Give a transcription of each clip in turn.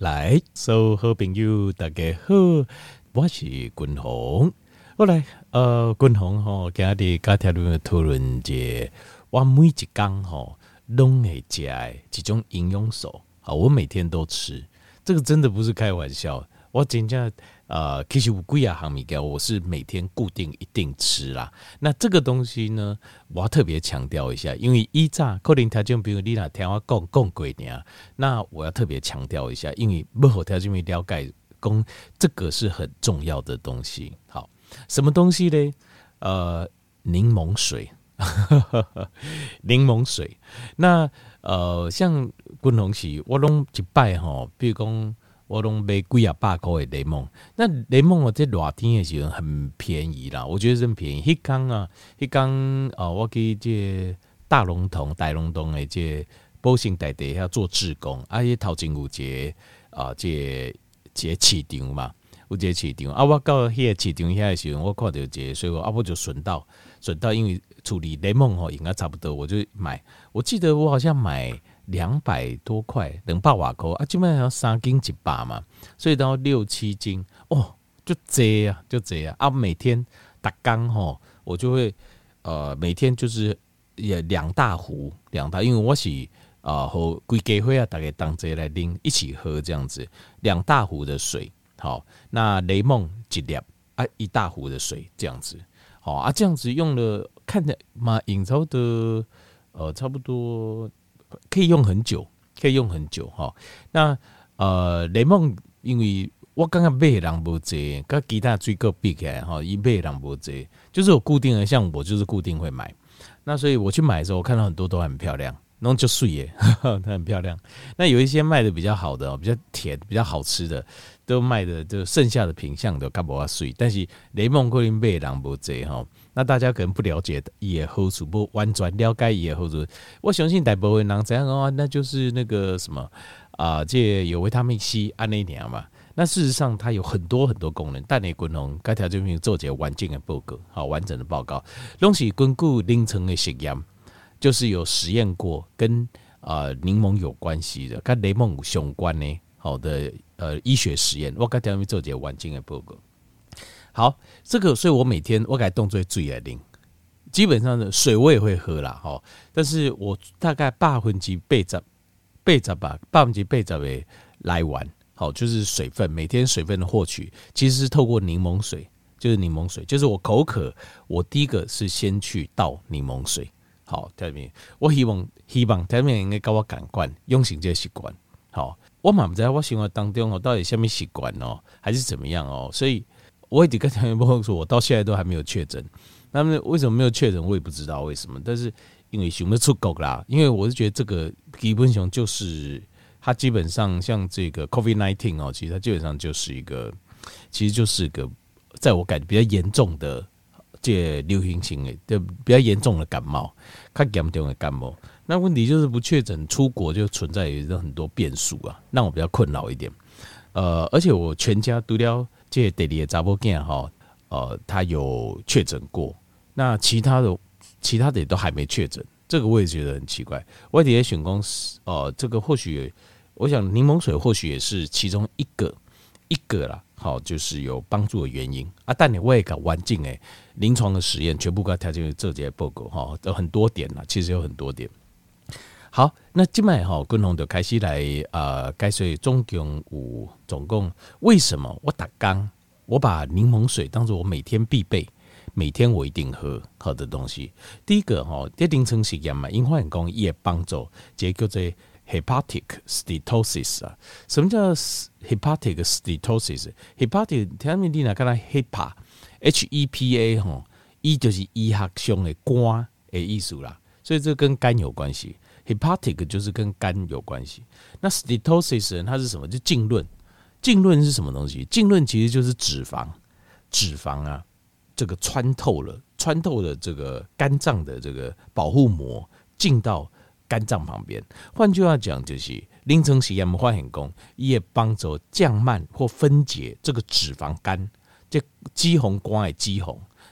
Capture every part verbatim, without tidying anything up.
来，所有好朋友大家好，我是君鸿。我来，呃，君鸿吼，今日甲听众讨论一下，我每一天吼拢会食的一种营养素，好，我每天都吃，这个真的不是开玩笑。我真正呃，其实有几啊项物件，我是每天固定一定吃啦。那这个东西呢，我要特别强调一下，因为以前可能听众朋友你若听我讲讲过尔，那我要特别强调一下，因为要让听众朋友了解，讲这个是很重要的东西。好，什么东西呢？呃，柠檬水，柠檬水。那呃，像君鸿是，我拢一摆吼，比如讲。我拢买几啊百块的柠檬，那柠檬哦，在热天的时候很便宜啦，我觉得真便宜。迄天啊，迄天啊，我去这大龙洞、大龙洞的这保兴大地遐做志工，啊，迄头前有一个啊，这这市场嘛，有一个市场啊，我到迄个市场遐的时候，我看到一个水果，啊，我就顺道顺道，因为处理柠檬哦，应该差不多，我就买。我记得我好像买。两百多块，两百瓦块啊，基本上三斤一百嘛，所以到六七斤哦，就这啊，就这啊啊！每天打缸吼，我就会呃每天就是也两大壶两大，因为我是啊和规家伙啊大概当这来拎一起喝这样子，两大壶的水，好，那雷梦一粒啊一大壶的水这样子，好啊这样子用了看着嘛，饮超的呃差不多。可以用很久，可以用很久哈。那呃，雷梦因为我刚刚买的人不多，跟其他水果比起来哈，一买的人不多，就是有固定的，像我就是固定会买。那所以我去买的时候，我看到很多都很漂亮，然后就水耶，它很漂亮。那有一些卖的比较好的，比较甜、比较好吃的，都卖的就剩下的品相都较无水。但是雷梦可能买的人不多哈。那大家可能不了解伊的好处，不完全了解伊的好处。我相信大部分人怎样哦，那就是那个什么啊、呃，这有维他命 C 按那年嘛。那事实上它有很多很多功能。但你滚龙该条件做一个完整的报告，好完整的报告，拢是根据临床的实验，就是有实验过跟呃柠檬有关系的，跟柠檬有相关的好的呃医学实验，我该条件做一个完整的报告。好，这个，所以我每天我改动作注意来啉，基本上的水我也会喝啦，哈，但是我大概百分之八十、八十吧，百分之八十的来源，好，就是水分，每天水分的获取，其实是透过柠檬水，就是柠檬水，就是我口渴，我第一个是先去倒柠檬水，好，听没？我希望希望听没应该跟我感官养成这个习惯，好，我嘛不知道我生活当中哦到底什么习惯哦，还是怎么样哦，所以。我一直跟陈朋友说，我到现在都还没有确诊。那么为什么没有确诊，我也不知道为什么。但是因为想要出国啦，因为我是觉得这个基本上就是它基本上像这个 COVID 十九 哦，其实它基本上就是一个，其实就是一个在我感觉比较严重的这流行性的，就比较严重的感冒，较严重的感冒。那问题就是不确诊出国就存在有很多变数啊，让我比较困扰一点。呃，而且我全家除了这第二个查某囝哈，呃，他有确诊过，那其他的其他的也都还没确诊，这个我也觉得很奇怪。我底下选公司，呃，这个或许我想柠檬水或许也是其中一个一个啦，好，就是有帮助的原因啊。但你我也搞完整诶，临床的实验全部给条件这些报告哈，有很多点啦，其实有很多点。好，那今麦哈，君鸿就开始来呃，解说总共有总共为什么我打刚我把柠檬水当作我每天必备，每天我一定喝好的东西。第一个哈，在临床实验嘛，因为讲伊会帮助，这叫做 hepatic steatosis 啊。什么叫 hepatic steatosis？hepatic 听面你若看到 hepa H E P A 吼，伊就是医学上的肝的意思啦，所以这跟肝有关系。Hepatic 就是跟肝有关系，那 steatosis 它是什么？就浸润，浸润是什么东西？浸润其实就是脂肪，脂肪啊，这个穿透了，穿透了这个肝脏的这个保护膜，进到肝脏旁边。换句话讲，就是临床实验我们发现讲，也帮助降慢或分解这个脂肪肝，这肌红肝的肌红，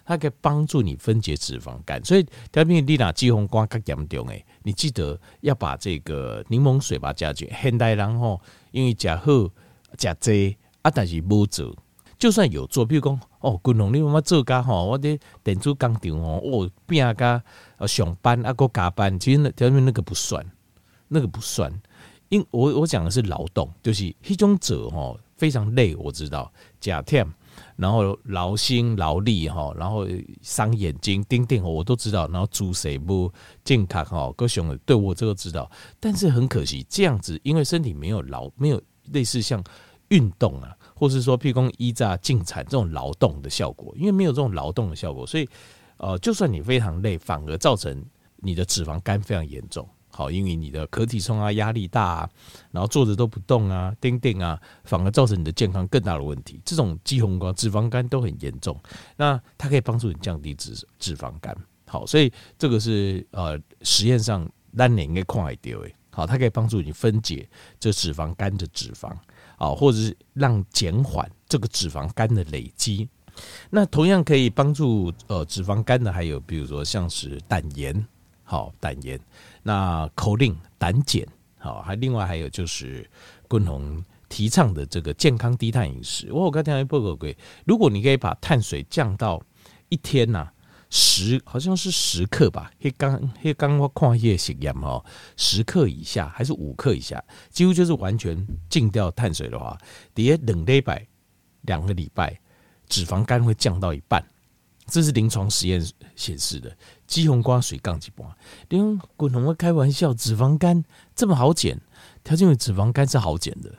它可以帮助你分解脂肪肝。所以调频你拿肌红瓜较严重诶，你记得要把这个柠檬水把它加进。现代人吼，因为吃好吃济啊，但是无做。就算有做，比如讲哦，君鸿你妈妈做家吼，我伫电子工厂哦，哦拼甲呃上班啊，搁加班，其实那条面那个不算，那个不算。因我我讲的是劳动，就是迄种做吼非常累，我知道，假忝，然后劳心劳力哈，然后伤眼睛，盯盯我都知道，然后猪水不健康哈，各种对我这个知道，但是很可惜，这样子因为身体没有劳，没有类似像运动啊。或是说，譬如说依炸进产这种劳动的效果，因为没有这种劳动的效果，所以呃，就算你非常累，反而造成你的脂肪肝非常严重。好，因为你的可体重啊、压力大啊，然后坐着都不动啊、钉钉啊，反而造成你的健康更大的问题。这种肌红光、脂肪肝都很严重，那它可以帮助你降低脂脂肪肝。好，所以这个是呃实验上咱应该看得到的。好，它可以帮助你分解这脂肪肝的脂肪。啊，或者是让减缓这个脂肪肝的累积。那同样可以帮助呃脂肪肝的，还有比如说像是胆盐，好胆盐，那口令胆碱，好，还另外还有就是君鸿提倡的这个健康低碳饮食。我有刚才报告过，如果你可以把碳水降到一天呐、啊。十好像是十克吧，迄刚迄刚我看迄个实验哈，十克以下还是五克以下，几乎就是完全禁掉碳水的话，底下两礼拜两个礼拜，脂肪肝会降到一半，这是临床实验显示的。鸡红瓜水降一半，你用滚筒会开玩笑，脂肪肝这么好减，条件为脂肪肝是好减的。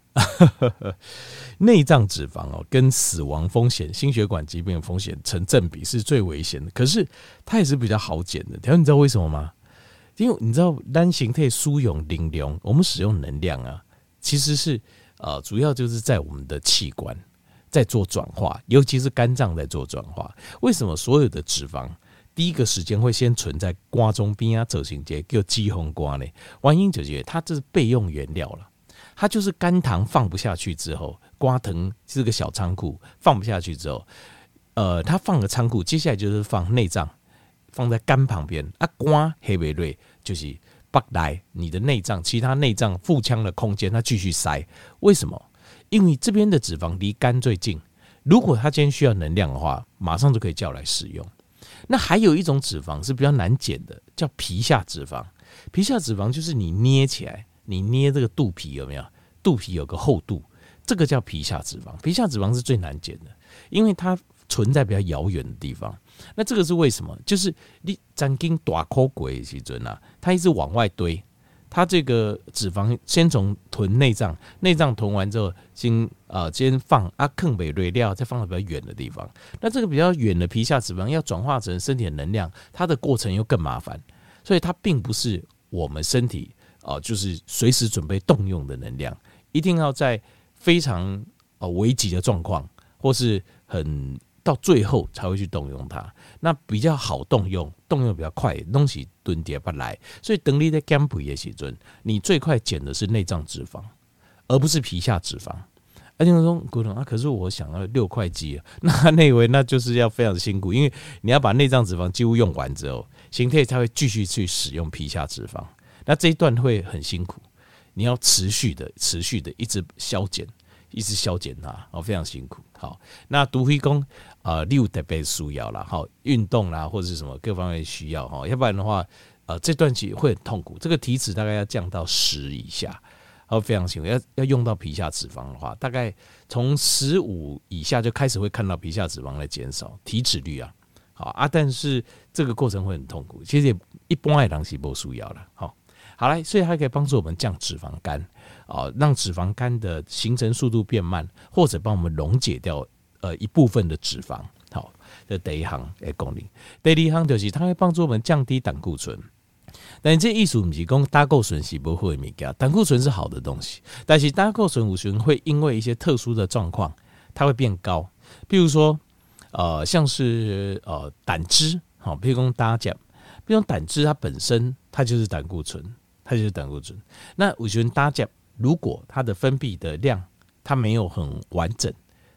内脏脂肪哦，跟死亡风险、心血管疾病的风险成正比，是最危险的。可是它也是比较好减的。条你知道为什么吗？因为你知道单形态输用能量，我们使用能量啊，其实是呃，主要就是在我们的器官在做转化，尤其是肝脏在做转化。为什么所有的脂肪第一个时间会先存在瓜中边啊、走行节叫肌红瓜呢？原因就是它这是备用原料了。它就是肝糖放不下去之后，瓜藤是个小仓库，放不下去之后，呃，它放个仓库，接下来就是放内脏，放在肝旁边啊，瓜黑维瑞就是北来你的内脏，其他内脏腹腔的空间，它继续塞。为什么？因为这边的脂肪离肝最近，如果它今天需要能量的话，马上就可以叫来使用。那还有一种脂肪是比较难减的，叫皮下脂肪。皮下脂肪就是你捏起来。你捏这个肚皮有没有？肚皮有个厚度，这个叫皮下脂肪。皮下脂肪是最难减的，因为它存在比较遥远的地方。那这个是为什么？就是你曾经大口鬼的时阵啊，它一直往外堆，它这个脂肪先从囤内脏，内脏囤完之后，先呃先放啊，坑北蕊料，再放到比较远的地方。那这个比较远的皮下脂肪要转化成身体的能量，它的过程又更麻烦，所以它并不是我们身体。哦，就是随时准备动用的能量，一定要在非常呃危急的状况，或是很到最后才会去动用它。那比较好动用，动用比较快，东西蹲跌不来。所以等你在减肥的时阵，你最快减的是内脏脂肪，而不是皮下脂肪。而且说古董啊，可是我想要六块肌啊，那那位那就是要非常辛苦，因为你要把内脏脂肪几乎用完之后，形态才会继续去使用皮下脂肪。那这一段会很辛苦，你要持续的、持续的一直消减，一直消减它，哦，非常辛苦。好，那除非说呃，你有特别需要啦，好，运动啦或者是什么各方面需要哈，要不然的话，呃，这段期会很痛苦。这个体脂大概要降到十以下，好，非常辛苦。要要用到皮下脂肪的话，大概从十五以下就开始会看到皮下脂肪在减少，体脂率啊，好啊，但是这个过程会很痛苦。其实也一般的人是不需要了，好。好来，所以它可以帮助我们降脂肪肝，哦，让脂肪肝的形成速度变慢，或者帮我们溶解掉呃一部分的脂肪。好，这第一项的功能。第二项就是它会帮助我们降低胆固醇。但这意思不是说胆固醇是不好的东西，胆固醇是好的东西，但是胆固醇有时候会因为一些特殊的状况，它会变高。比如说，呃，像是呃胆汁，好，比如说大家讲，比如说胆汁它本身它就是胆固醇。它就是胆固醇。那我觉得大家如果它的分泌的量它没有很完整，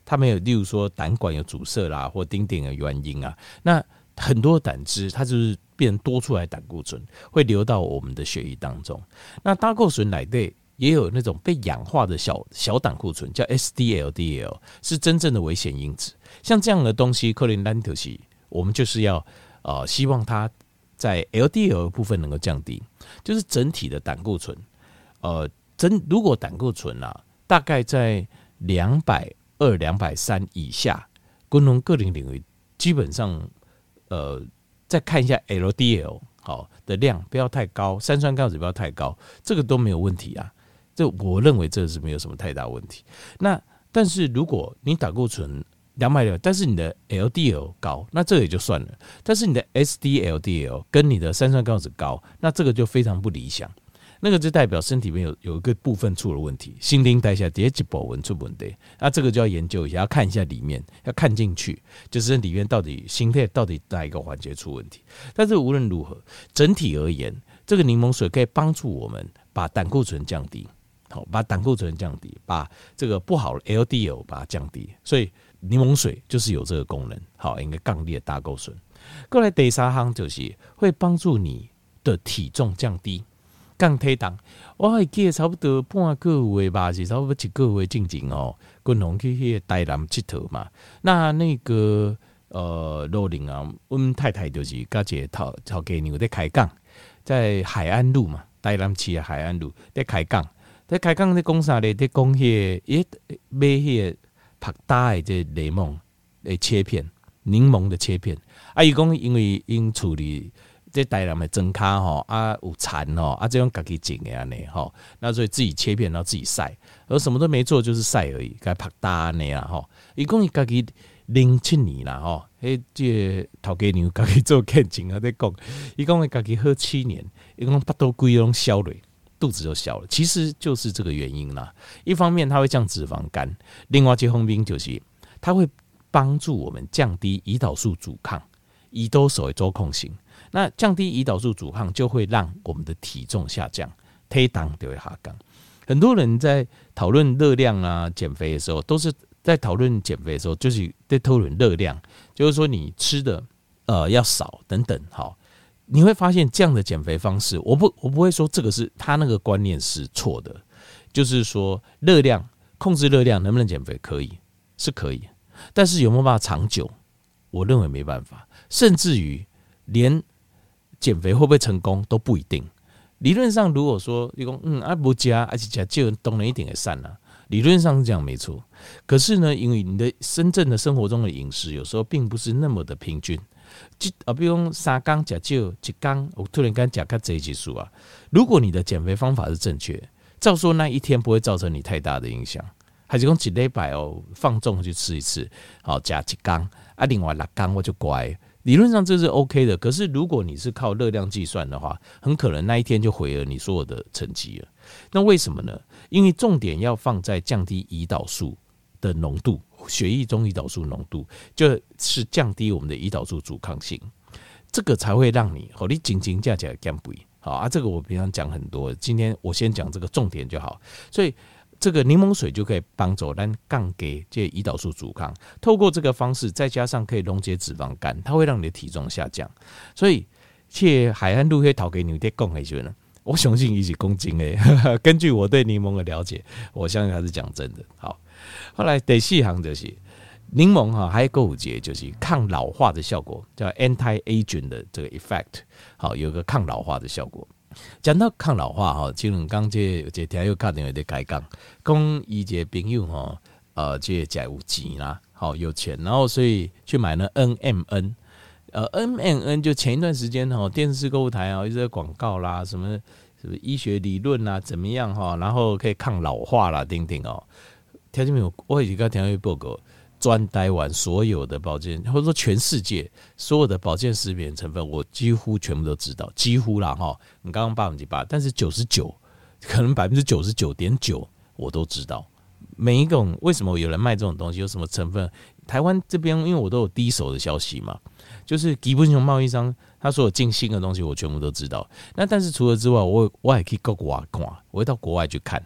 它没有，例如说胆管有阻塞啦，或丁点的原因啊，那很多胆汁它就是变多出来胆固醇，会流到我们的血液当中。那胆固醇内底也有那种被氧化的小小胆固醇，叫 S D L D L， 是真正的危险因子。像这样的东西，克林丹特西，我们就是要呃希望它在 L D L 的部分能够降低，就是整体的胆固醇，呃，真如果胆固醇啊大概在两百二、两百三以下，功能个人领域基本上呃再看一下 L D L 好的量不要太高，三酸甘油酯不要太高，这个都没有问题啊。这我认为这是没有什么太大问题。那但是如果你胆固醇两百六，但是你的 L D L 高，那这个也就算了。但是你的 S D L D L 跟你的三酸甘油酯高，那这个就非常不理想。那个就代表身体里面有有一个部分出了问题，新陈代谢第一部分出问题，那这个就要研究一下，要看一下里面，要看进去，就是里面到底心态到底哪一个环节出问题。但是无论如何，整体而言，这个柠檬水可以帮助我们把胆固醇降低。好，把胆固醇降低，把这个不好的 L D L 把它降低，所以柠檬水就是有这个功能。好，应该降低胆固醇。过来第三项就是会帮助你的体重降低，降体重。我还记得差不多半个月吧，是差不多一个月进前哦，跟同去迄个台南佚佗嘛。那那个呃罗玲啊，我们太太就是跟一个头头家娘在开讲，在海岸路嘛，台南市的海岸路在开讲。在开讲在讲啥咧？在讲迄个，诶，买迄个拍打的这柠檬的切片，柠檬的切片。啊，伊讲因为因处理这台南的庄腳吼，啊有蚕吼，啊这种家己种的安尼吼，那所以自己切片，然后自己晒，而什么都没做，就是晒而已，该拍打安尼啦吼。伊讲伊家己零七年啦吼，迄这头家娘家己做见证啊，在讲，伊讲伊家己喝七年，伊讲巴肚规拢消落。肚子就小了，其实就是这个原因啦。一方面它会降脂肪肝，另外一方面就是它会帮助我们降低胰岛素阻抗，胰岛素的周控型。那降低胰岛素阻抗就会让我们的体重下降，体重就会下降。很多人在讨论热量啊、减肥的时候，都是在讨论减肥的时候，就是在讨论热量，就是说你吃的呃要少等等，好。你会发现这样的减肥方式，我不我不会说这个是他那个观念是错的，就是说热量控制热量能不能减肥可以是可以，但是有没有办法长久，我认为没办法，甚至于连减肥会不会成功都不一定。理论上如果说你说嗯啊不加而且加就当然一定会散了，理论上是这样没错，可是呢，因为你的真正的生活中的饮食有时候并不是那么的平均。啊，比如说三天吃少，一天我突然间吃较多一数啊。如果你的减肥方法是正确，照说那一天不会造成你太大的影响。还是讲一礼拜哦，放纵去吃一次，好加一天啊，另外六天我就乖。理论上这是 OK 的，可是如果你是靠热量计算的话，很可能那一天就毁了你所有的成绩了。那为什么呢？因为重点要放在降低胰岛素的浓度，血液中胰岛素浓度就是降低我们的胰岛素阻抗性，这个才会让你好，你紧紧架起来减肥好啊。这个我平常讲很多，今天我先讲这个重点就好。所以这个柠檬水就可以帮助咱降低这胰岛素阻抗，透过这个方式，再加上可以溶解脂肪肝，它会让你的体重下降。所以，去海岸路迄头家娘在讲的时候呢，我相信伊是公斤的。根据我对柠檬的了解，我相信他是讲真的。好。后来第四项就是柠檬哈，还有有一个就是抗老化的效果，叫 anti-aging 的这个 effect， 好，有个抗老化的效果。讲到抗老化哈，其实刚这这天又打电话在开讲，讲伊一个朋友哈，呃，这家有钱啦，好有钱，然后所以去买了 N M N， 呃 N M N 就前一段时间哈，电视购物台啊一直在广告啦，什么什么医学理论啦，怎么样哈，然后可以抗老化啦，等等哦。听见没有？我已经跟听到报告，专台湾所有的保健，或者说全世界所有的保健食品成分，我几乎全部都知道，几乎啦哈。你刚刚八分之八，但是九十九，可能百分之九十九点九，我都知道。每一种为什么有人卖这种东西，有什么成分？台湾这边因为我都有第一手的消息嘛，就是基本上贸易商他所有进新的东西，我全部都知道。那但是除了之外，我我也可以国外看，我会到国外去看。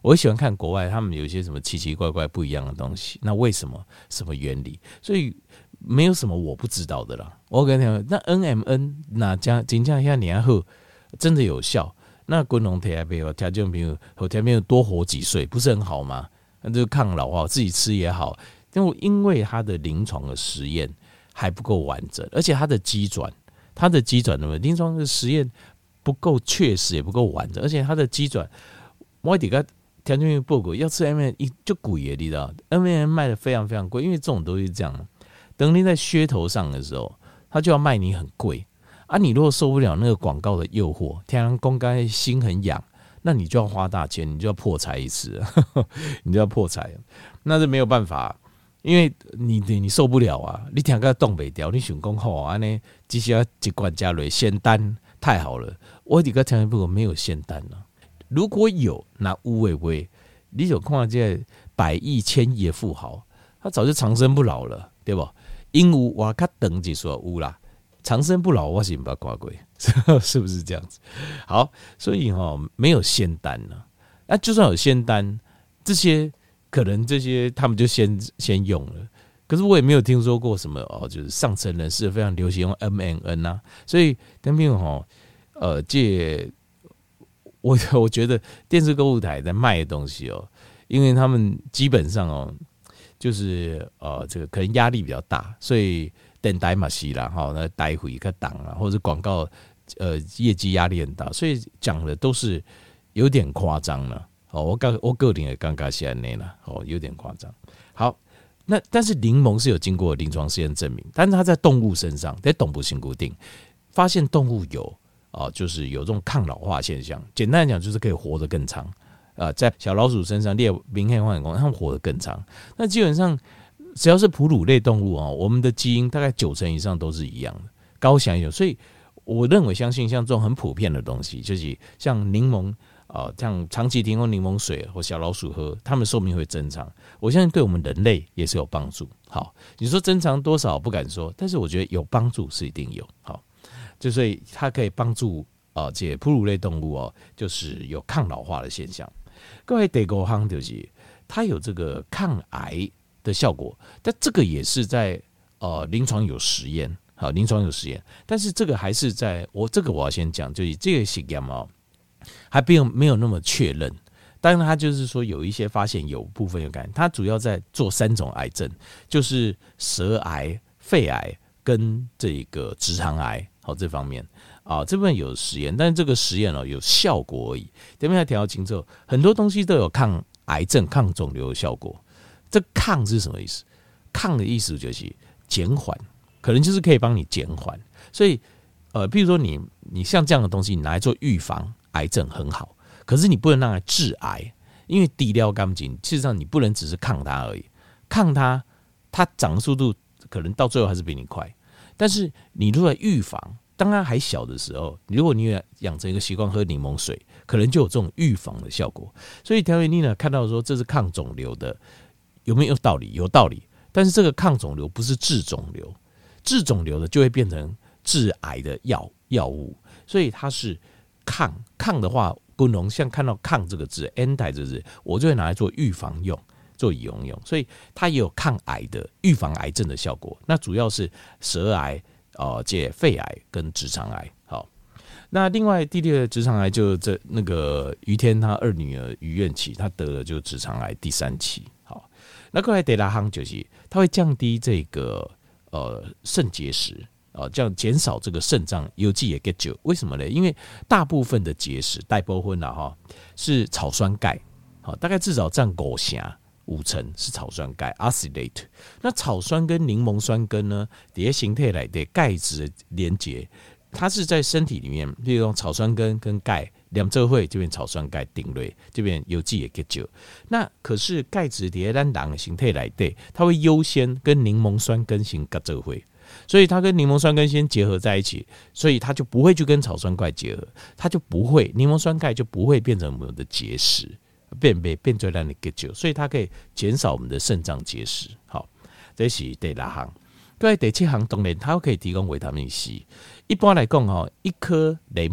我喜欢看国外，他们有一些什么奇奇怪怪不一样的东西。那为什么？什么原理？所以没有什么我不知道的啦。我跟你讲，那 N M N 那加真正下年后真的有效。那滚龙铁还没有，条件朋友和条件多活几岁，不是很好吗？那就抗老化，自己吃也好。因为它的临床的实验还不够完整，而且它的机转，它的机转的临床的实验不够确实，也不够完整，而且它的机转，我底个条件报告要吃 M M N 就贵耶，你知道 ？M M N 卖的非常非常贵，因为这种东西是这样，等你在噱头上的时候，它就要卖你很贵啊。你如果受不了那个广告的诱惑，天然公该心很痒，那你就要花大钱，你就要破财一次，你就要破财，那是没有办法。因为你你受不了啊，你听个冻不掉，你想讲好安尼，只需要一罐加瑞仙丹太好了。我这个听不过没有仙丹了，如果有，那有会不会？你有看到这百亿千亿的富豪，他早就长生不老了，对不？因有我较长就说有啦，长生不老我是没看过，是不是这样子？好，所以哈、哦、没有仙丹了，那就算有仙丹，这些。可能这些他们就先先用了，可是我也没有听说过什么哦，就是上层人士非常流行用 M M N 啊，所以跟朋友哈，呃，这我我觉得电视购物台在卖的东西哦，因为他们基本上哦，就是呃这个可能压力比较大，所以电台嘛是啦哈，那待会个档啊，或者广告呃业绩压力很大，所以讲的都是有点夸张了。哦，我个我个人也刚刚写那了，哦，有点夸张。好，那但是柠檬是有经过临床试验证明，但是它在动物身上，在动物性固定发现动物有哦，就是有这种抗老化现象。简单来讲，就是可以活得更长。呃，在小老鼠身上，猎明黑黄眼光，它们活得更长。那基本上只要是哺乳类动物哦，我们的基因大概九成以上都是一样的，高翔有。所以我认为，相信像这种很普遍的东西，就是像柠檬。呃、像长期提供柠檬水或小老鼠喝，它们寿命会增长。我相信对我们人类也是有帮助。好，你说增长多少不敢说，但是我觉得有帮助是一定有。好，就所以它可以帮助呃这些哺乳类动物哦，就是有抗老化的现象。各位第五项就是它有这个抗癌的效果，但这个也是在呃临床有实验。好，临床有实验，但是这个还是在我这个我要先讲，就是这个实验哦。还并没有那么确认，当然他就是说有一些发现有部分有感染，他主要在做三种癌症，就是舌癌、肺癌跟这个直肠癌，好这方面啊，这部分有实验，但是这个实验哦有效果而已。这边要调清楚，很多东西都有抗癌症、抗肿瘤的效果。这抗是什么意思？抗的意思就是减缓，可能就是可以帮你减缓。所以呃，比如说你你像这样的东西，你拿来做预防。癌症很好，可是你不能让它致癌，因为低料钢筋，事实上你不能只是抗它而已，抗它，它长的速度可能到最后还是比你快。但是你如果预防，当它还小的时候，如果你养成一个习惯喝柠檬水，可能就有这种预防的效果。所以条维尼呢看到说这是抗肿瘤的，有没有道理？有道理。但是这个抗肿瘤不是治肿瘤，治肿瘤的就会变成致癌的药药物，所以它是。抗抗的话，功能像看到抗这个字 ，anti 这个字，我就会拿来做预防用，做以用用，所以它也有抗癌的、预防癌症的效果。那主要是舌癌、呃，这肺癌跟直肠癌。好，那另外第六个直肠癌就这那个于天他二女儿于愿琪，她得了就直肠癌第三期。好，那过来第六项就是它会降低这个呃肾结石。哦，这样减少这个肾脏有机也 get 酒，为什么呢？因为大部分的结石大部分啦哈是草酸钙，好，大概至少占五成五成是草酸钙 acylate。那草酸跟柠檬酸根呢，底下形态来的钙质连结，它是在身体里面，例如草酸根跟钙两者会这边草酸钙顶类，这边有机也 get 酒。那可是钙质底下咱人的形态来的，它会优先跟柠檬酸根型结这会。所以它跟柠檬酸根先结合在一起，所以它就不会去跟草酸钙结合，它就不会柠檬酸钙就不会变成我们的结石，变变变成让你 get 酒，所以它可以减少我们的肾脏结石。好，这是第六项。对，第七项当然它可以提供维他命 C。一般来讲哈，一颗雷梦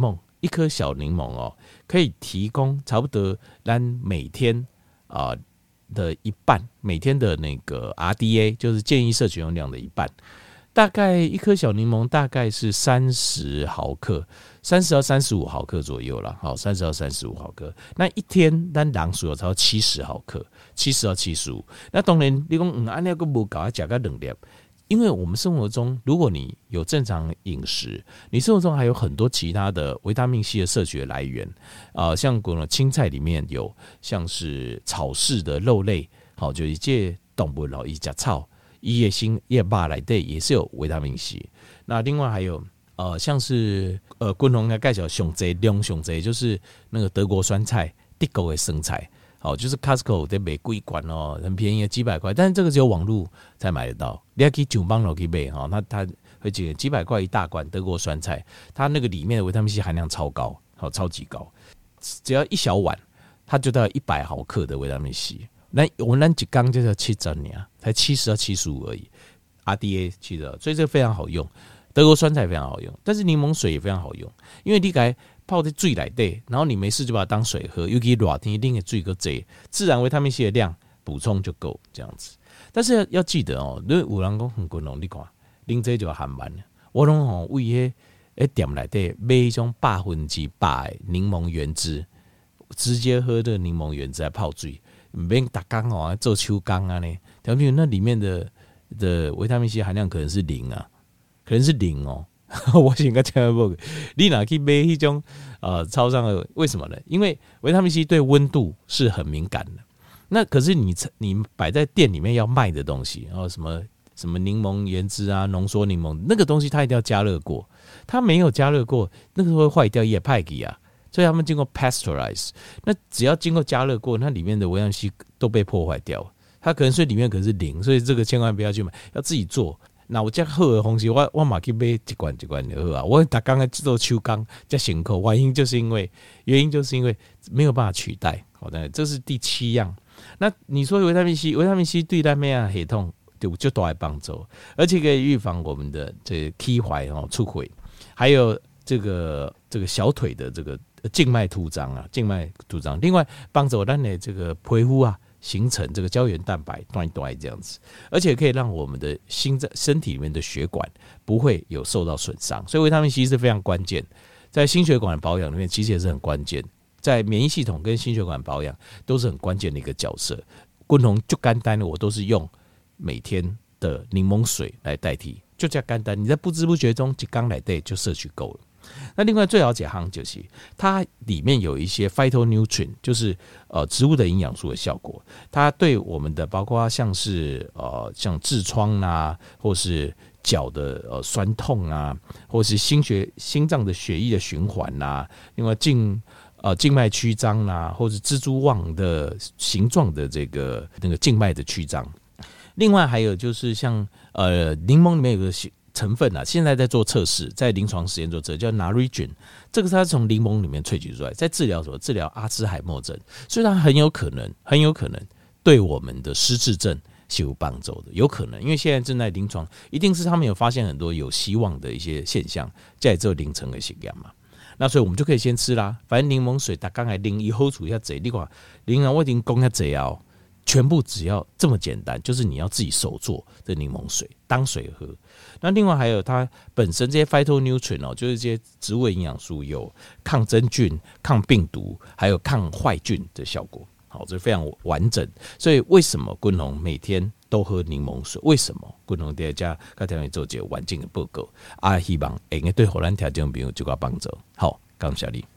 一颗小柠檬哦，可以提供差不多咱每天啊、呃、的一半，每天的那个 R D A 就是建议摄取用量的一半。大概一颗小柠檬大概是三十毫克，三十到三十五毫克左右啦。好，三十到三十五毫克。那一天咱人数有超七十毫克，七十到七十五。那当然，你讲嗯，安尼个无搞，加个两粒。因为我们生活中，如果你有正常饮食，你生活中还有很多其他的维他命 C 的摄取的来源啊、呃，像可能青菜里面有像是草饲的肉类，好，就一些动物老一家草。叶心叶肉来对也是有维他命 C。那另外还有呃，像是呃，昆宏来介绍上济量上济，就是那个德国酸菜、德国的生菜，好，就是 Costco 在卖几罐哦，很便宜，几百块，但是这个只有网络才买得到。你要去酒邦楼去买哈，那它会几几百块一大罐德国酸菜，它那个里面的维他命 C 含量超高，好，超级高，只要一小碗，它就到一百毫克的维他命 C。那我们一缸就是七十年，才七十到七十五而已 ，R D A 七十，所以这个非常好用。德国酸菜非常好用，但是柠檬水也非常好用，因为你给泡在水里底，然后你没事就把它当水喝，尤其热天另个水个济，自然维他命 C 的量补充就够这样子。但是 要, 要记得哦，因为有人讲很困难，你看啉这就含慢了，我拢吼为迄诶店里底买一种百分之百的柠檬原汁，直接喝的柠檬原汁来泡水。唔免打缸哦，做秋缸啊呢？条片那里面的的维他命 C 含量可能是零啊，可能是零哦。我应该这样问，你哪去买一种呃超商的？为什么呢？因为维他命 C 对温度是很敏感的。那可是你你摆在店里面要卖的东西，然后什么什么柠檬原汁啊、浓缩柠檬那个东西，它一定要加热过，它没有加热过，那个会坏掉，也派给啊。所以他们经过 pasteurize， 那只要经过加热过，那里面的维他命 C 都被破坏掉。它可能所以里面可能是零，所以这个千万不要去买，要自己做。那我这好的东西，我我马去买一罐一罐就好啊。我打刚才做秋缸加辛苦，原因就是因为原因就是因为没有办法取代。好的，这是第七样。那你说维他命 C， 维他命 C 对咱咩啊系统就就都来帮助，而且可以预防我们的这个膝踝哦出血，还有这个这个小腿的这个。静脉突张啊，静脉突张。另外，帮助咱的这个皮肤啊，形成这个胶原蛋白，断一断这样子，而且可以让我们的心脏、身体里面的血管不会有受到损伤。所以，维他命 C 是非常关键，在心血管保养里面，其实也是很关键。在免疫系统跟心血管保养都是很关键的一个角色。滚筒就简单的，我都是用每天的柠檬水来代替，就这样简单。你在不知不觉中，一缸来对就摄取够了。那另外最好解夯就是它里面有一些 phytonutrient， 就是呃植物的营养素的效果，它对我们的包括像是呃像痔疮啊，或是脚的呃酸痛啊，或是心血心脏的血液的循环啊，另外静呃静脉曲张啊，或是蜘蛛网的形状的这个那个静脉的曲张。另外还有就是像呃柠檬里面有个成分啊，现在在做测试，在临床实验做测试，叫 Narigin， 这个是它从柠檬里面萃取出来，在治疗什么？治疗阿兹海默症，所以它很有可能，很有可能对我们的失智症是有帮助的，有可能，因为现在正在临床，一定是他们有发现很多有希望的一些现象，在这凌晨的实验嘛。那所以我们就可以先吃啦，反正柠檬水，大刚才零以后煮一下贼，你看，零啊，我已经讲一下贼啊。全部只要这么简单，就是你要自己手做的柠檬水当水喝。那另外还有它本身这些 phytonutrient 哦，就是这些植物营养素有抗真菌、抗病毒，还有抗坏菌的效果。好，这非常完整。所以为什么君宏每天都喝柠檬水？为什么君宏在家跟大家做这个完整的报告啊？希望会对荷兰听众朋友就有帮助。好，感谢你。